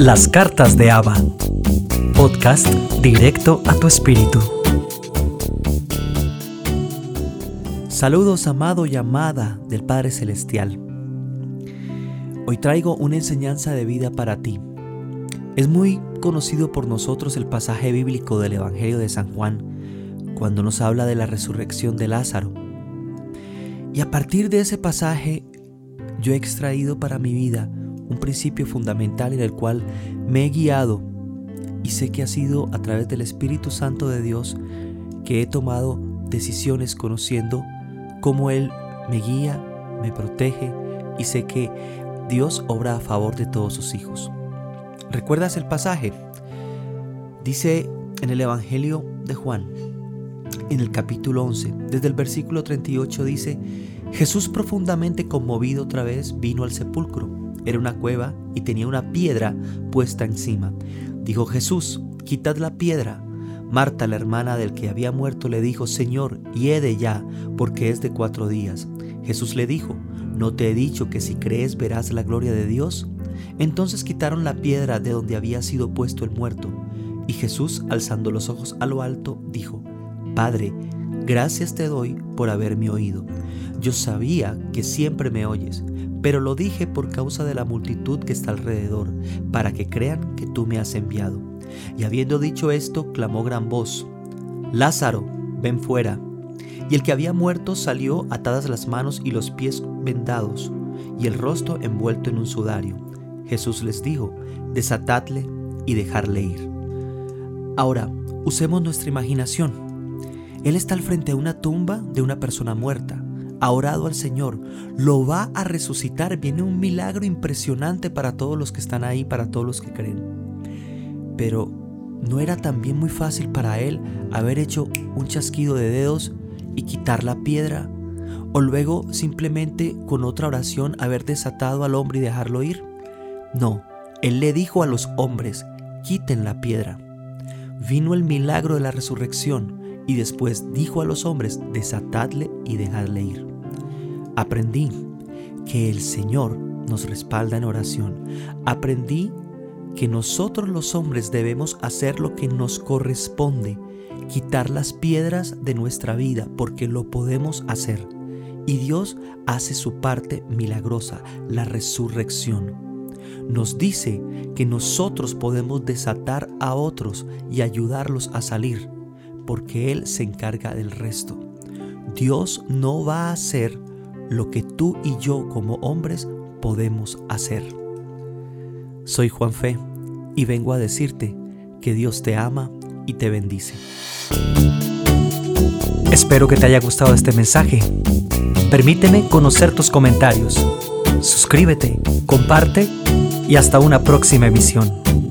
Las cartas de Abba. Podcast directo a tu espíritu. Saludos, amado y amada del Padre Celestial. Hoy traigo una enseñanza de vida para ti. Es muy conocido por nosotros el pasaje bíblico del Evangelio de San Juan, cuando nos habla de la resurrección de Lázaro. Y a partir de ese pasaje, yo he extraído para mi vida un principio fundamental en el cual me he guiado, y sé que ha sido a través del Espíritu Santo de Dios que he tomado decisiones conociendo cómo Él me guía, me protege, y sé que Dios obra a favor de todos sus hijos. ¿Recuerdas el pasaje? Dice en el Evangelio de Juan, en el capítulo 11, desde el versículo 38 dice: Jesús, profundamente conmovido otra vez, vino al sepulcro. Era una cueva y tenía una piedra puesta encima. Dijo Jesús: quitad la piedra. Marta, la hermana del que había muerto, le dijo: Señor, hiede ya, porque es de 4 días. Jesús le dijo: ¿no te he dicho que si crees verás la gloria de Dios? Entonces quitaron la piedra de donde había sido puesto el muerto. Y Jesús, alzando los ojos a lo alto, dijo: Padre, gracias te doy por haberme oído. Yo sabía que siempre me oyes, pero lo dije por causa de la multitud que está alrededor, para que crean que tú me has enviado. Y habiendo dicho esto, clamó gran voz: Lázaro, ven fuera. Y el que había muerto salió, atadas las manos y los pies vendados, y el rostro envuelto en un sudario. Jesús les dijo: desatadle y dejadle ir. Ahora, usemos nuestra imaginación. Él está al frente de una tumba de una persona muerta. Ha orado al Señor, lo va a resucitar. Viene un milagro impresionante para todos los que están ahí, para todos los que creen. Pero ¿no era también muy fácil para él haber hecho un chasquido de dedos y quitar la piedra? ¿O luego simplemente con otra oración haber desatado al hombre y dejarlo ir? No, él le dijo a los hombres: quiten la piedra. Vino el milagro de la resurrección y después dijo a los hombres: desatadle y dejadle ir. Aprendí que el Señor nos respalda en oración. Aprendí que nosotros los hombres debemos hacer lo que nos corresponde, quitar las piedras de nuestra vida, porque lo podemos hacer. Y Dios hace su parte milagrosa, la resurrección. Nos dice que nosotros podemos desatar a otros y ayudarlos a salir, porque Él se encarga del resto. Dios no va a hacer lo que tú y yo como hombres podemos hacer. Soy Juan Fe y vengo a decirte que Dios te ama y te bendice. Espero que te haya gustado este mensaje. Permíteme conocer tus comentarios. Suscríbete, comparte y hasta una próxima emisión.